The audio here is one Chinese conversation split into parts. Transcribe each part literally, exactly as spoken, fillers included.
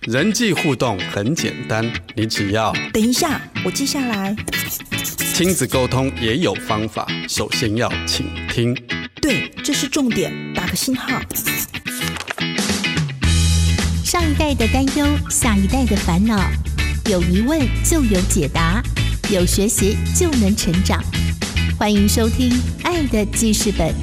人际互动很简单，你只要等一下，我记下来。 亲子沟通也有方法，首先要倾听。 对，这是重点，打个星号。 上一代的担忧，下一代的烦恼，有疑问就有解答，有学习就能成长。欢迎收听《爱的记事本》。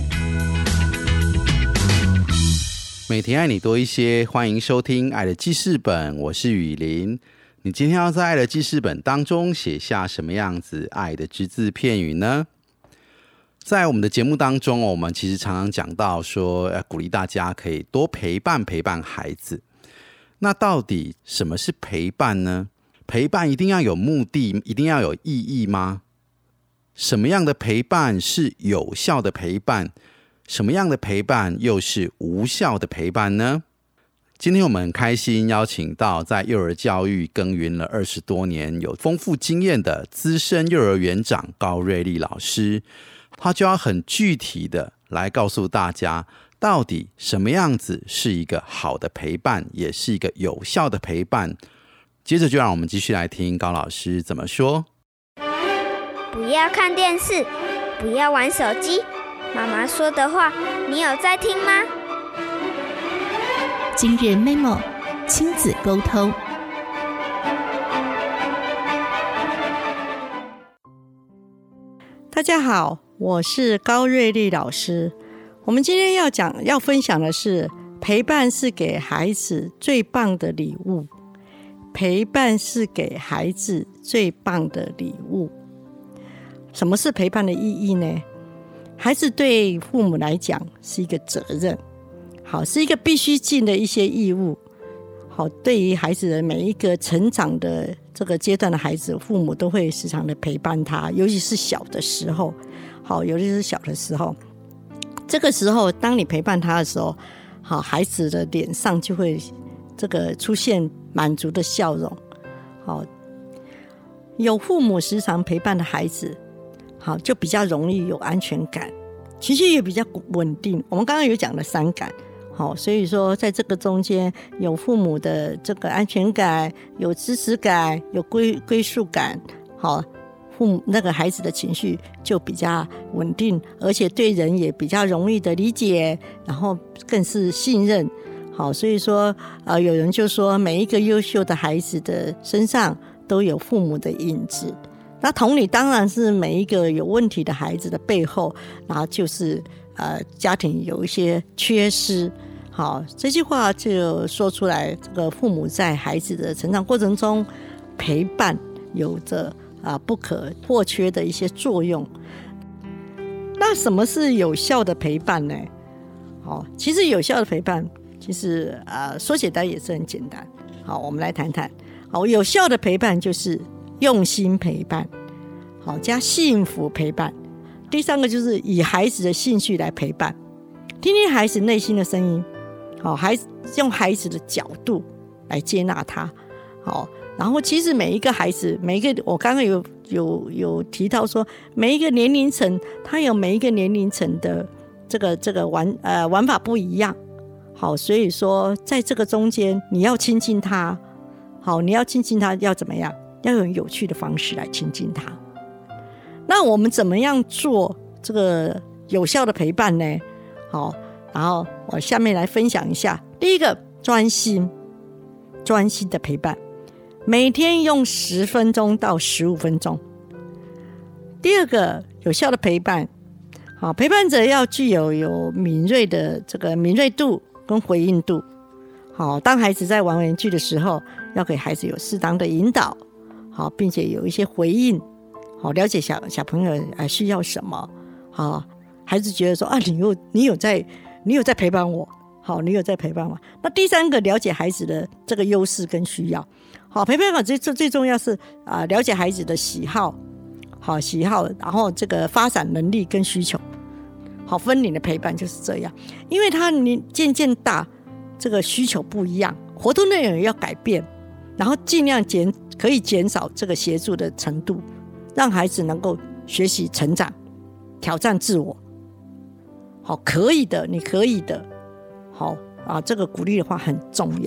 每天爱你多一些，欢迎收听《爱的记事本》，我是雨林。你今天要在《爱的记事本》当中写下什么样子爱的只字片语呢？在我们的节目当中，我们其实常常讲到说，呃，鼓励大家可以多陪伴陪伴孩子。那到底什么是陪伴呢？陪伴一定要有目的，一定要有意义吗？什么样的陪伴是有效的陪伴？什么样的陪伴又是无效的陪伴呢？今天我们很开心邀请到在幼儿教育耕耘了二十多年、有丰富经验的资深幼儿园长高瑞丽老师，他就要很具体的来告诉大家，到底什么样子是一个好的陪伴，也是一个有效的陪伴。接着就让我们继续来听高老师怎么说。 不要看电视，不要玩手机。妈妈说的话，你有在听吗？ 今日 memo 亲子沟通。 大家好，我是高瑞丽老师。我们今天要讲、要分享的是，陪伴是给孩子最棒的礼物。陪伴是给孩子最棒的礼物。什么是陪伴的意义呢？孩子对父母来讲是一个责任，好，是一个必须尽的一些义务。好，对于孩子的每一个成长的这个阶段的孩子，父母都会时常的陪伴他，尤其是小的时候。好，尤其是小的时候，这个时候当你陪伴他的时候，好，孩子的脸上就会这个出现满足的笑容。好，有父母时常陪伴的孩子，好，就比较容易有安全感，情绪也比较稳定。我们刚刚有讲了三感，好，所以说在这个中间有父母的这个安全感，有支持感，有归归属感，好，父母那个孩子的情绪就比较稳定，而且对人也比较容易的理解，然后更是信任。好，所以说呃，有人就说每一个优秀的孩子的身上都有父母的影子。那同理，当然是每一个有问题的孩子的背后，然后就是呃家庭有一些缺失。好，这句话就说出来，这个父母在孩子的成长过程中陪伴有着啊不可或缺的一些作用。那什么是有效的陪伴呢？好，其实有效的陪伴，其实呃说简单也是很简单。好，我们来谈谈。好，有效的陪伴就是用心陪伴，好，加幸福陪伴。第三个就是以孩子的兴趣来陪伴，听听孩子内心的声音，好，孩子用孩子的角度来接纳他。好，然后其实每一个孩子，每一个我刚刚有有有提到说，每一个年龄层，他有每一个年龄层的这个这个玩呃玩法不一样。好，所以说在这个中间，你要亲近他，好，你要亲近他要怎么样？要用有趣的方式来亲近他。那我们怎么样做这个有效的陪伴呢？好，然后我下面来分享一下。第一个，专心，专心的陪伴，每天用十分钟到十五分钟。第二个，有效的陪伴，好，陪伴者要具有有敏锐的这个敏锐度跟回应度。好，当孩子在玩玩具的时候，要给孩子有适当的引导。好，并且有一些回应，好，了解小小朋友需要什么，好，孩子觉得说啊，你有你有在你有在陪伴我，好，你有在陪伴我。那第三个，了解孩子的这个优势跟需要，好，陪伴好最最重要是啊，了解孩子的喜好，好喜好，然后这个发展能力跟需求，好，分龄的陪伴就是这样，因为他你渐渐大，这个需求不一样，活动内容要改变，然后尽量减可以减少这个协助的程度，让孩子能够学习成长，挑战自我。好，可以的，你可以的。好啊，这个鼓励的话很重要。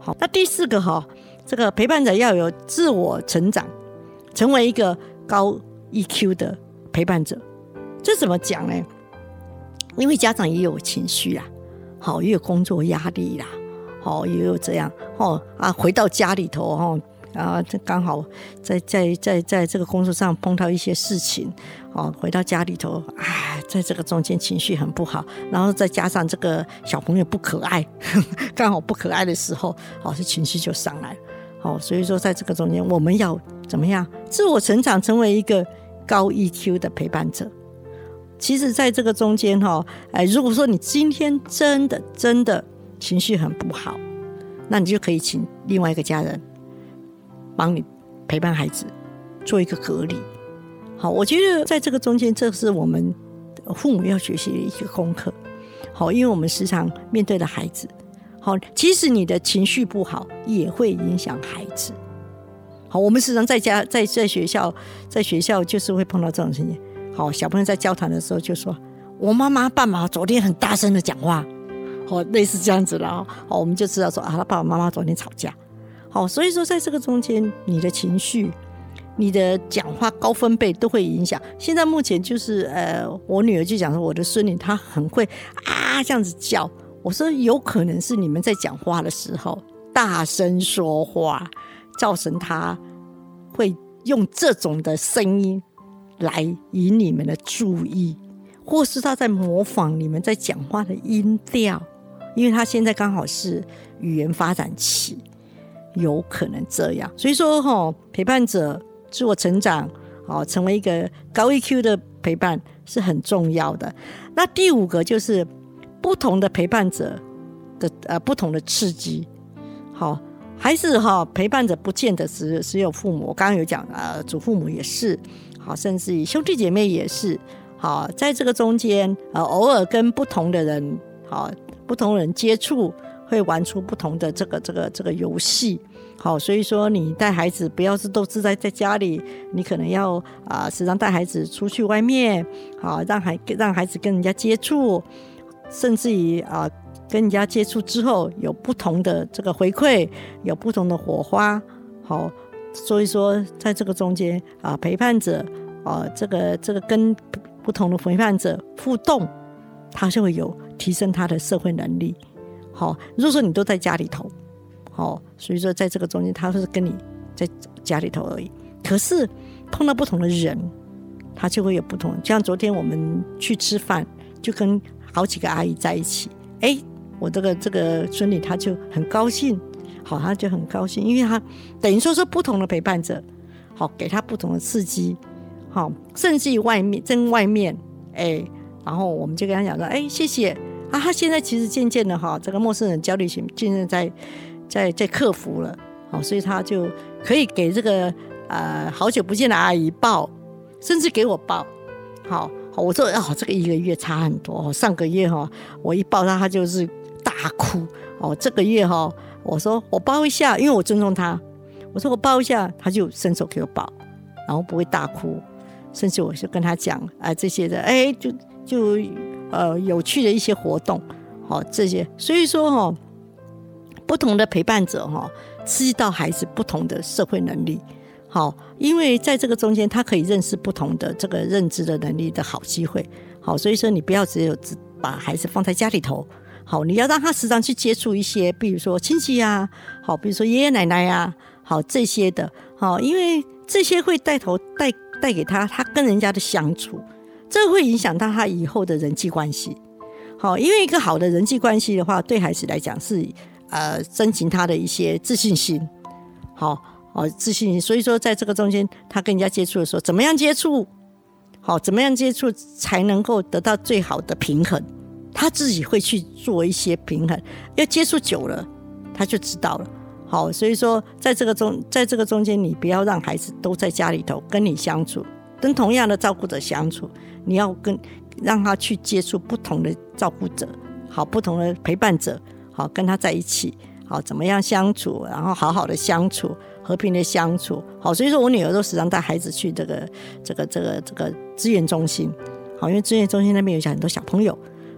好，那第四个哈，这个陪伴者要有自我成长，成为一个高 E Q 的陪伴者。这怎么讲呢？因为家长也有情绪啦，好，也有工作压力啦，好，也有这样哦啊，回到家里头哦。啊，这刚好在在在在这个工作上碰到一些事情，哦，回到家里头，哎，在这个中间情绪很不好，然后再加上这个小朋友不可爱，刚好不可爱的时候，哦，这情绪就上来了，哦，所以说在这个中间，我们要怎么样自我成长，成为一个高 E Q 的陪伴者。其实，在这个中间哈，哎，如果说你今天真的真的情绪很不好，那你就可以请另外一个家人帮你陪伴孩子，做一个隔离。好，我觉得在这个中间，这是我们父母要学习的一个功课。好，因为我们时常面对的孩子，好，其实你的情绪不好也会影响孩子。好，我们时常在家、在在学校、在学校就是会碰到这种情形。好，小朋友在交谈的时候就说：“我妈妈、爸爸昨天很大声的讲话。”好，类似这样子了。好，我们就知道说啊，他爸爸妈妈昨天吵架。好，所以说在这个中间，你的情绪、你的讲话高分贝都会影响。现在目前就是呃，我女儿就讲说，我的孙女她很会啊这样子叫。我说有可能是你们在讲话的时候大声说话，造成她会用这种的声音来引你们的注意，或是她在模仿你们在讲话的音调，因为她现在刚好是语言发展期。有可能这样，所以说、哦、陪伴者自我成长、哦、成为一个高 E Q 的陪伴是很重要的。那第五个就是不同的陪伴者的、呃、不同的刺激。好，还是、哦、陪伴者不见得 只, 只有父母，我刚刚有讲、呃、祖父母也是，好，甚至于兄弟姐妹也是。好，在这个中间、呃、偶尔跟不同的人、好，不同人接触，会玩出不同的这个这个这个游戏。好，所以说你带孩子不要是都自在在家里，你可能要啊、呃、时常带孩子出去外面，好，让孩让孩子跟人家接触，甚至于啊、呃、跟人家接触之后有不同的这个回馈，有不同的火花。好，所以说在这个中间啊、呃，陪伴者啊、呃、这个这个跟不同的陪伴者互动，他就会有提升他的社会能力。好，如果说你都在家里头，好，所以说在这个中间，他是跟你在家里头而已。可是碰到不同的人，他就会有不同。像昨天我们去吃饭，就跟好几个阿姨在一起，哎，我这个这个孙女她就很高兴，好，她就很高兴，因为她等于说是不同的陪伴者，好，给她不同的刺激，好，甚至于外面在外面，哎，然后我们就跟她讲说，哎，谢谢。啊，他现在其实渐渐的哈，这个陌生人焦虑型渐渐在在在克服了，好，所以他就可以给这个呃好久不见的阿姨抱，甚至给我抱，好，好，我说哦，这个一个月差很多，上个月哈我一抱他，他就是大哭，哦，这个月哈我说我抱一下，因为我尊重他，我说我抱一下，他就伸手给我抱，然后不会大哭，甚至我就跟他讲啊、呃、这些的，哎，就就。呃，有趣的一些活动，好，这些，所以说哈、哦，不同的陪伴者哈、哦，刺激到孩子不同的社会能力，好，因为在这个中间，他可以认识不同的这个认知的能力的好机会，好，所以说你不要只有只把孩子放在家里头，好，你要让他时常去接触一些，比如说亲戚啊，好，比如说爷爷奶奶啊，好，这些的，好，因为这些会带头带带给他他跟人家的相处。这会影响到他以后的人际关系，好，因为一个好的人际关系的话，对孩子来讲是呃增进他的一些自信心，好，好自信心。所以说，在这个中间，他跟人家接触的时候，怎么样接触，好，怎么样接触才能够得到最好的平衡，他自己会去做一些平衡。要接触久了，他就知道了。好，所以说，在这个中，在这个中间，你不要让孩子都在家里头跟你相处，跟同样的照顾者相处。你要跟让他去接触不同的照顾者，好，不同的陪伴者，好，跟他在一起，好，怎么样相处，然后好好的相处，和平的相处，好，所以说我女儿都时常带孩子去这个这个这个这个资源中心，好，因为资源中心那边有很多小朋友，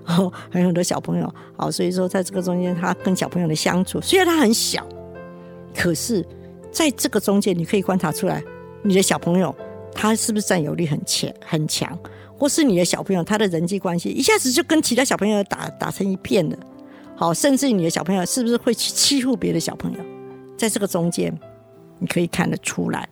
哦，还有很多小朋友，好，所以说在这个中间，他跟小朋友的相处，虽然他很小，可是在这个中间，你可以观察出来，你的小朋友他是不是占有力很强很强，或是你的小朋友他的人际关系一下子就跟其他小朋友打打成一片了，好，甚至你的小朋友是不是会去欺负别的小朋友，在这个中间，你可以看得出来。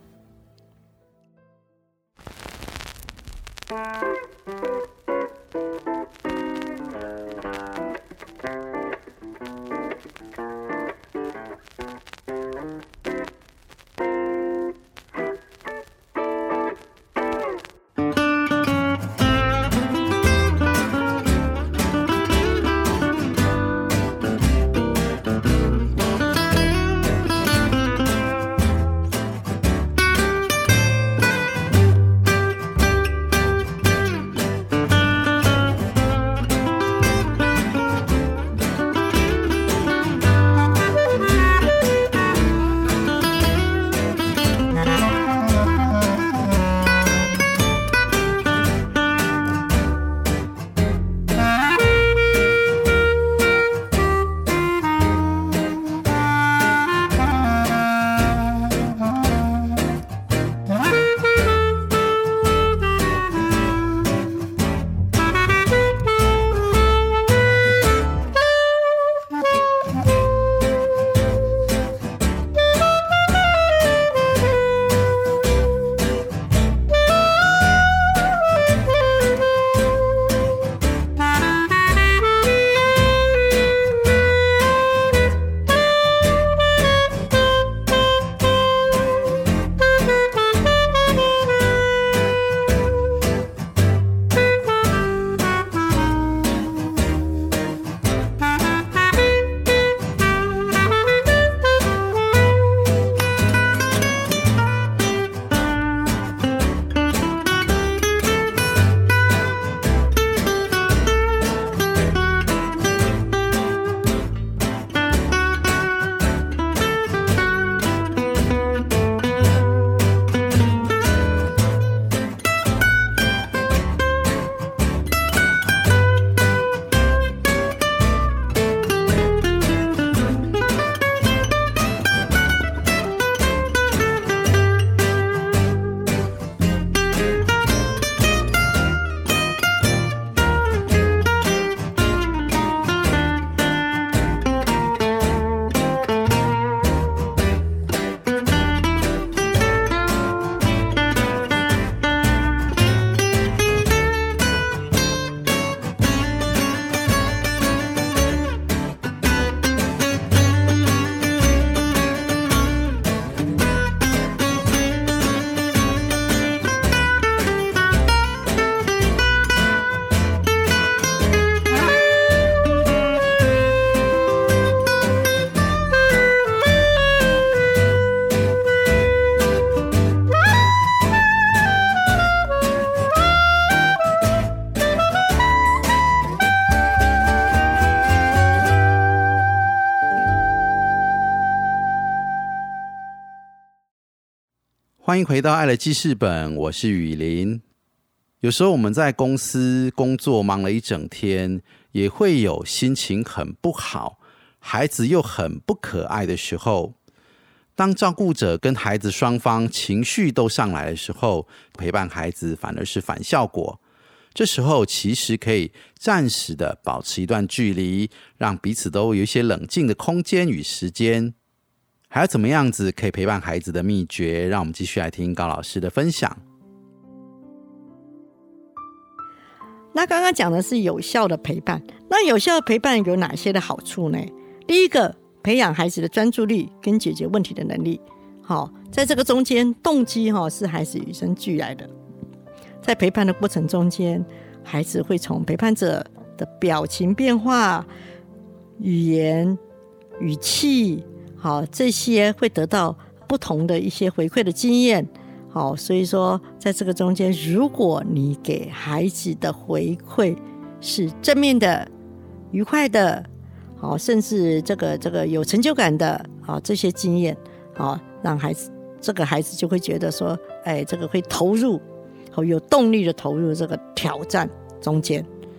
欢迎回到爱的记事本，我是雨林。有时候我们在公司工作忙了一整天，也会有心情很不好，孩子又很不可爱的时候。当照顾者跟孩子双方情绪都上来的时候，陪伴孩子反而是反效果。这时候其实可以暂时的保持一段距离，让彼此都有一些冷静的空间与时间。还有怎么样子可以陪伴孩子的秘诀，让我们继续来听高老师的分享。 那刚刚讲的是有效的陪伴，那有效的陪伴有哪些的好处呢？第一个，培养孩子的专注力跟解决问题的能力。好，在这个中间，动机是孩子与生俱来的。在陪伴的过程中间，孩子会从陪伴者的表情变化、语言、语气，好，这些会得到不同的一些回馈的经验。好，所以说在这个中间，如果你给孩子的回馈是正面的、愉快的，好，甚至这个这个有成就感的，好，这些经验，好，让孩子这个孩子就会觉得说，哎，这个会投入，好，有动力的投入这个挑战中间。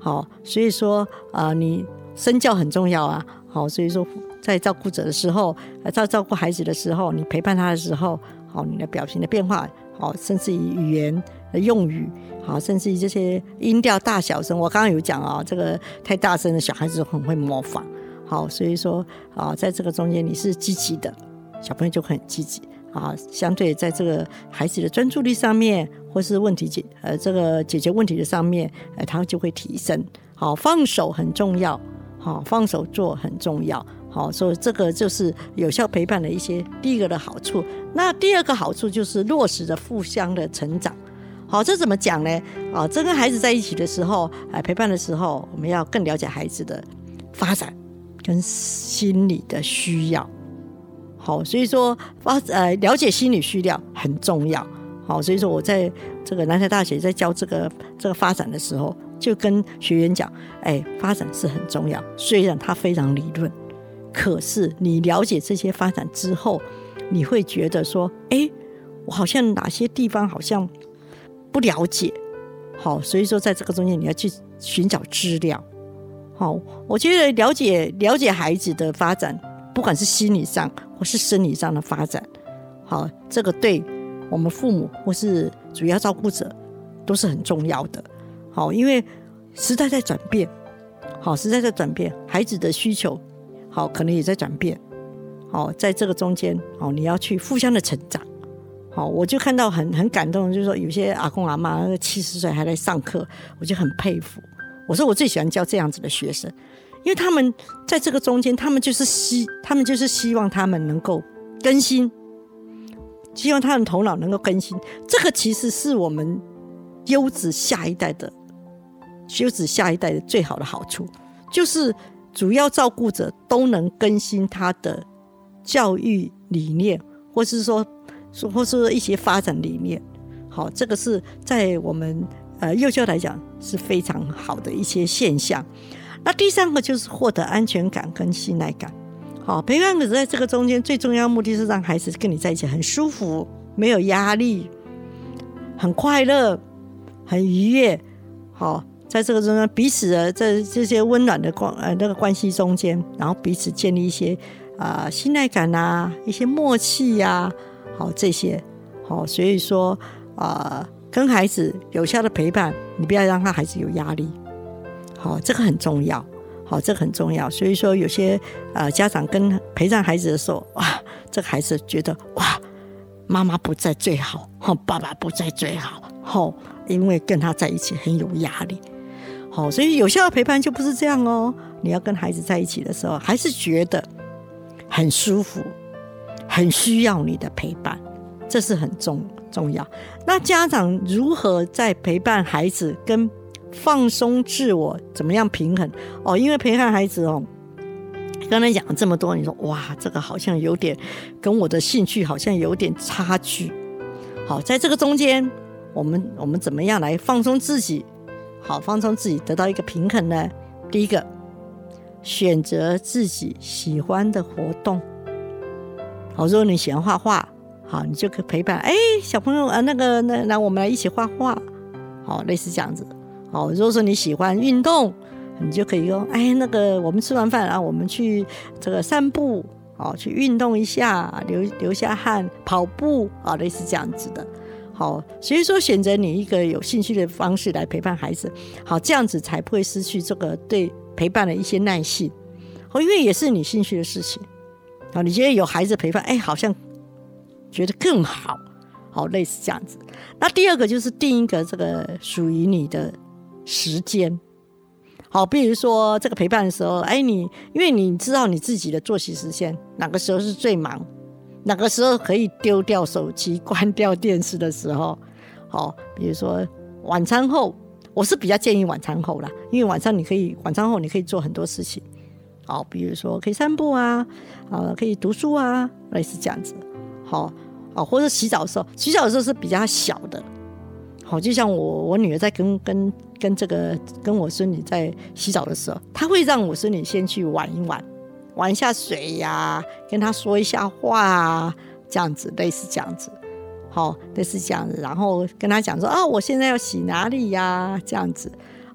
好，所以说啊、呃，你身教很重要啊。好，所以说在照顾者的时候，在照顾孩子的时候，你陪伴他的时候，好，你的表情的变化，好，甚至于语言的用语，好，甚至于这些音调大小声，我刚刚有讲啊、哦，这个太大声的小孩子很会模仿。好，所以说啊，在这个中间你是积极的，小朋友就很积极啊。相对在这个孩子的专注力上面，或是问题解呃这个解决问题的上面，呃，他就会提升。好，放手很重要。好，放手做很重要。好，所以这个就是有效陪伴的一些第一个的好处。那第二个好处就是落实的互相的成长。好，这怎么讲呢？啊，这跟孩子在一起的时候，呃，陪伴的时候，我们要更了解孩子的发展跟心理的需要。好，所以说发呃了解心理需要很重要。好，所以说我在这个南台大学在教这个这个发展的时候，就跟学员讲，哎，发展是很重要，虽然它非常理论，可是你了解这些发展之后，你会觉得说，哎，我好像哪些地方好像不了解。好，所以说在这个中间你要去寻找资料。好，我觉得了解了解孩子的发展，不管是心理上或是生理上的发展，好，这个对我们父母或是主要照顾者都是很重要的。好，因为时代在转变，好，时代在转变，孩子的需求，好，可能也在转变。好，在这个中间，好，你要去互相的成长。好，我就看到很很感动，就是说有些阿公阿嬷七十岁还在上课，我就很佩服。我说我最喜欢教这样子的学生，因为他们在这个中间，他们就是希，他们就是希望他们能够更新，希望他们头脑能够更新。这个其实是我们优质下一代的。优质下一代的最好的好处，就是主要照顾者都能更新他的教育理念，或是说，或是说一些发展理念。好，这个是在我们呃幼教来讲是非常好的一些现象。那第三个就是获得安全感跟信赖感。好，陪伴者在这个中间最重要的目的是让孩子跟你在一起很舒服，没有压力，很快乐，很愉悦。好，在这个中间，彼此的在这些温暖的关呃那个关系中间，然后彼此建立一些啊、呃、信赖感啊，一些默契呀、啊，好这些好，所以说啊、呃，跟孩子有效的陪伴，你不要让他孩子有压力，好，这个很重要，好，这个很重要。所以说有些呃家长跟陪伴孩子的时候，哇，这个孩子觉得哇，妈妈不在最好，爸爸不在最好，好，因为跟他在一起很有压力。好，所以有效的陪伴就不是这样哦。你要跟孩子在一起的时候，还是觉得很舒服，很需要你的陪伴，这是很重重要。那家长如何在陪伴孩子跟放松自我怎么样平衡哦？因为陪伴孩子哦，刚才讲了这么多，你说哇，这个好像有点跟我的兴趣好像有点差距。好，在这个中间，我们我们怎么样来放松自己？好，放松自己得到一个平衡呢？第一个，选择自己喜欢的活动。好，如果你喜欢画画，好，你就可以陪伴，哎，小朋友啊，那个那那我们来一起画画，好，类似这样子。好，如果说你喜欢运动，你就可以用，哎，那个我们吃完饭啊，我们去这个散步，好，去运动一下，流流下汗，跑步啊，类似这样子的。好，所以说选择你一个有兴趣的方式来陪伴孩子，好，这样子才不会失去这个对陪伴的一些耐性。好，因为也是你兴趣的事情。好，你觉得有孩子陪伴，哎，好像觉得更好。好，类似这样子。那第二个就是定一个这个属于你的时间。好，比如说这个陪伴的时候，哎，你因为你知道你自己的作息时间，哪个时候是最忙。哪个时候可以丢掉手机关掉电视的时候，好，比如说晚餐后，我是比较建议晚餐后啦，因为晚上你可以晚餐后你可以做很多事情，好，比如说可以散步啊，呃，可以读书啊，类似这样子，好，好，或者洗澡的时候，洗澡的时候是比较小的，好，就像我我女儿在跟跟跟这个跟我孙女在洗澡的时候，她会让我孙女先去玩一玩。玩一下水呀、啊，跟他说一下话啊，这样子，类似这样子，好，类似这样子，然后跟他讲说啊，我现在要洗哪里呀、啊，这样子，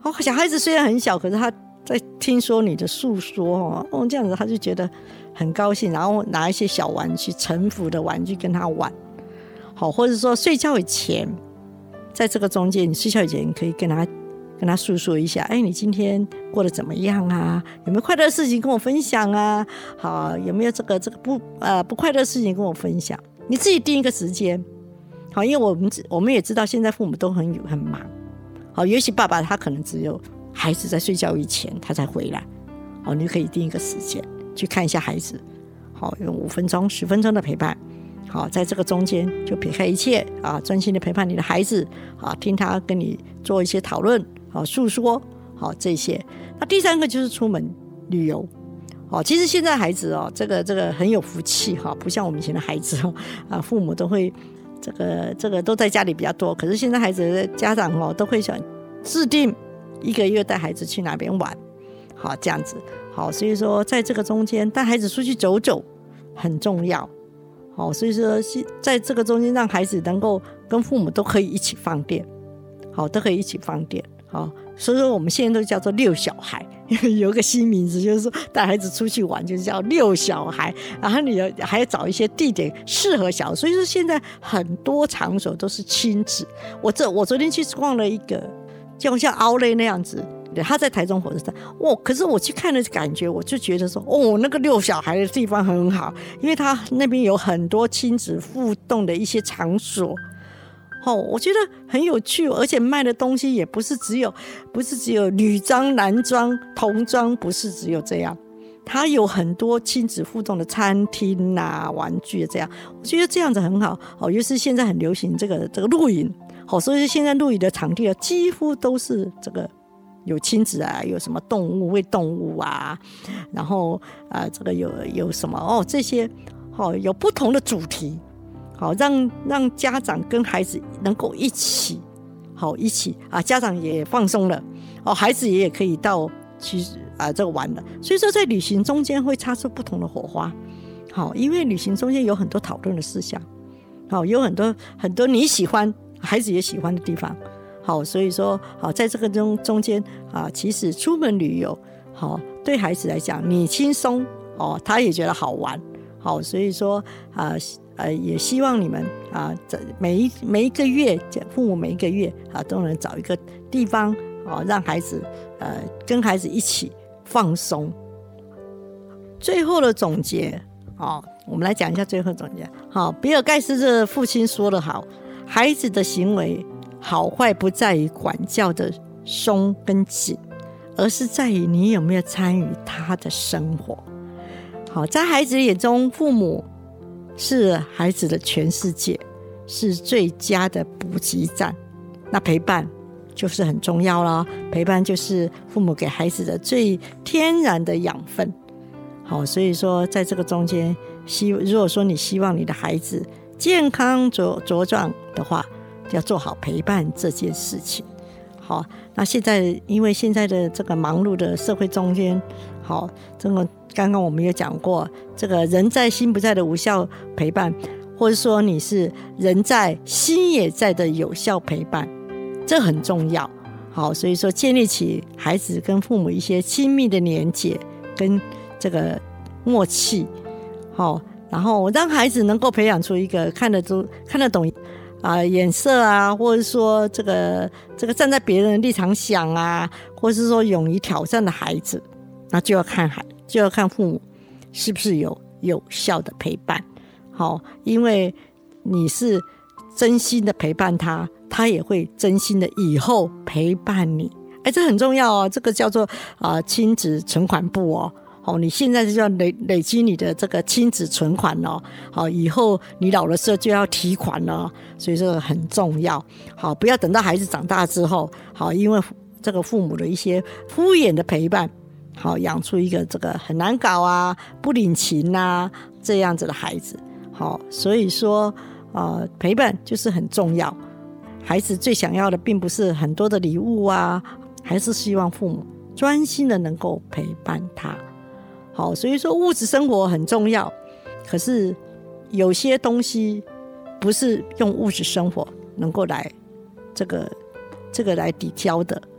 哦，小孩子虽然很小，可是他在听说你的诉说哦，这样子他就觉得很高兴，然后拿一些小玩具、臣服的玩具跟他玩，好，或者说睡觉以前，在这个中间，你睡觉以前你可以跟他跟他诉说一下，哎，你今天过得怎么样啊？有没有快乐的事情跟我分享啊？好，有没有这个这个不呃不快乐的事情跟我分享？你自己定一个时间，好，因为我们我们也知道现在父母都很很忙，好，尤其爸爸他可能只有孩子在睡觉以前他才回来，好，你就可以定一个时间去看一下孩子，好，用五分钟、十分钟的陪伴，好，在这个中间就撇开一切啊，专心的陪伴你的孩子啊，听他跟你做一些讨论，好，诉说，好，这些。那第三个就是出门旅游。哦，其实现在孩子哦，这个这个很有福气哈，不像我们以前的孩子哦，啊，父母都会这个这个都在家里比较多，可是现在孩子的家长哦，都会想制定一个月带孩子去哪边玩，好，这样子，好，所以说在这个中间带孩子出去走走很重要，好，所以说在这个中间让孩子能够跟父母都可以一起放电，好，都可以一起放电，好，所以说我们现在都叫做遛小孩。有一个新名字，就是说带孩子出去玩就是叫遛小孩，然后你还要找一些地点适合小孩，所以说现在很多场所都是亲子。我这我昨天去逛了一个就像奥莱那样子，他在台中火车站，哦，可是我去看的感觉，我就觉得说，哦，那个遛小孩的地方很好，因为他那边有很多亲子互动的一些场所。哦，我觉得很有趣，而且卖的东西也不是只有不是只有女装、男装、童装，不是只有这样，它有很多亲子互动的餐厅啊、玩具这样，我觉得这样子很好。哦，尤其是现在很流行这个这个露营，好，所以现在露营的场地几乎都是这个有亲子啊，有什么动物喂动物啊，然后啊、呃、这个有有什么哦这些，好，有不同的主题。好，让让家长跟孩子能够一起，好一起啊，家长也放松了，哦，孩子也可以到去啊这个玩了。所以说，在旅行中间会擦出不同的火花，好，因为旅行中间有很多讨论的事项，好，有很多很多你喜欢，孩子也喜欢的地方，好，所以说，好，在这个中中间啊，其实出门旅游，好，对孩子来讲，你轻松哦，他也觉得好玩，好，所以说啊。呃，也希望你们啊，每一每一个月，父母每一个月啊，都能找一个地方啊，让孩子呃跟孩子一起放松。最后的总结啊，我们来讲一下最后总结。好，比尔盖茨的父亲说得好，孩子的行为好坏不在于管教的松跟紧，而是在于你有没有参与他的生活。好，在孩子眼中，父母是孩子的全世界，是最佳的补给站。那陪伴就是很重要了，陪伴就是父母给孩子的最天然的养分。好，所以说在这个中间，如果说你希望你的孩子健康茁茁壮的话，就要做好陪伴这件事情。好，那现在因为现在的这个忙碌的社会中间，好，这个刚刚我们有讲过，这个人在心不在的无效陪伴，或者说你是人在心也在的有效陪伴，这很重要。好，所以说建立起孩子跟父母一些亲密的连结跟这个默契，好，然后让孩子能够培养出一个看得出看得懂啊、呃、眼色啊，或者说这个这个站在别人的立场想啊，或是说勇于挑战的孩子，那就要看孩就要看父母是不是有有效的陪伴。好，因为你是真心的陪伴他，他也会真心的以后陪伴你。哎，这很重要哦，这个叫做啊、呃、亲子存款簿哦。好，你现在就要累累积你的这个亲子存款哦。好，以后你老的时候就要提款了，所以这个很重要。好，不要等到孩子长大之后，好，因为这个父母的一些敷衍的陪伴，好，养出一个这个很难搞啊、不领情啊这样子的孩子。好，所以说呃，陪伴就是很重要。孩子最想要的并不是很多的礼物啊，还是希望父母专心的能够陪伴他。好，所以说物质生活很重要，可是有些东西不是用物质生活能够来这个这个来抵消的。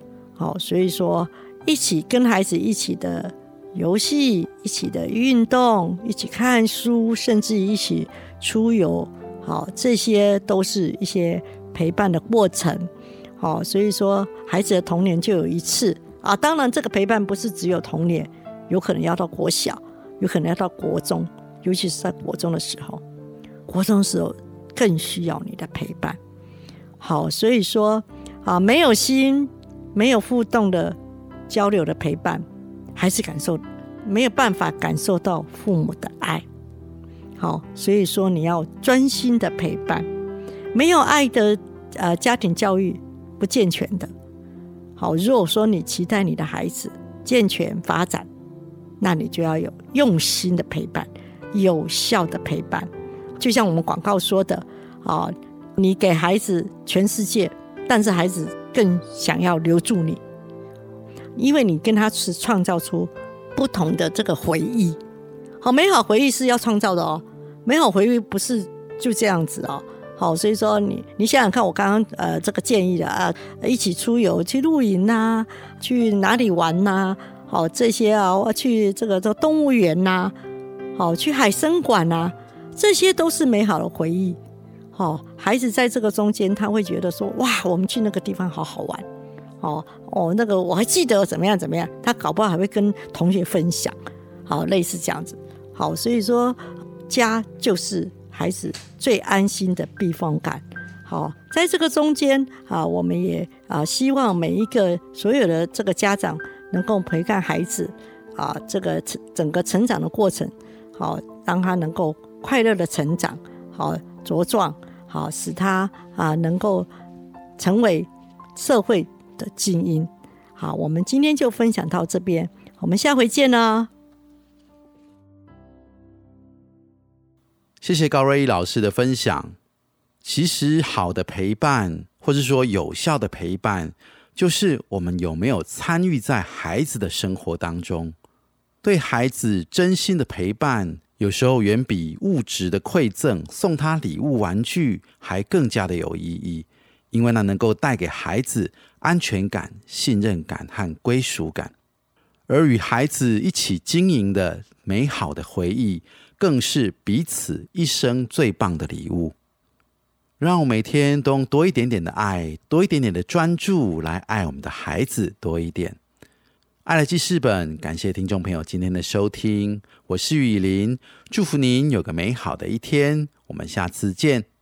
好，所以说一起跟孩子一起的游戏，一起的运动，一起看书，甚至一起出游，好，这些都是一些陪伴的过程。好，所以说孩子的童年就有一次啊，当然这个陪伴不是只有童年，有可能要到国小，有可能要到国中，尤其是在国中的时候，国中的时候更需要你的陪伴。好，所以说啊，没有心，没有互动的交流的陪伴，还是感受没有办法感受到父母的爱。好，所以说你要专心的陪伴，没有爱的呃家庭教育不健全的。好，如果说你期待你的孩子健全发展，那你就要有用心的陪伴，有效的陪伴。就像我们广告说的啊，你给孩子全世界，但是孩子更想要留住你，因为你跟他是创造出不同的这个回忆。好，美好回忆是要创造的哦，美好回忆不是就这样子哦。好，所以说你你想想看，我刚刚呃这个建议的啊，一起出游，去露营啊，去哪里玩啊，好，这些啊，去这个这个动物园啊，好，去海参馆啊，这些都是美好的回忆。好，孩子在这个中间，他会觉得说，哇，我们去那个地方好好玩。哦哦，那个我还记得怎么样怎么样，他搞不好还会跟同学分享。好，类似这样子。好，所以说家就是孩子最安心的避风港。好，在这个中间啊，我们也啊希望每一个所有的这个家长能够陪伴孩子啊，这个整个成长的过程，好，让他能够快乐的成长，好茁壮，好使他啊能够成为社会的精英。好，我们今天就分享到这边，我们下回见了。 谢谢高瑞一老师的分享。其实好的陪伴，或是说有效的陪伴，就是我们有没有参与在孩子的生活当中，对孩子真心的陪伴，有时候远比物质的馈赠，送他礼物玩具还更加的有意义，因为那能够带给孩子安全感、信任感和归属感。而与孩子一起经营的美好的回忆，更是彼此一生最棒的礼物。让我每天都用多一点点的爱，多一点点的专注来爱我们的孩子多一点。爱的记事本，感谢听众朋友今天的收听，我是雨林，祝福您有个美好的一天，我们下次见。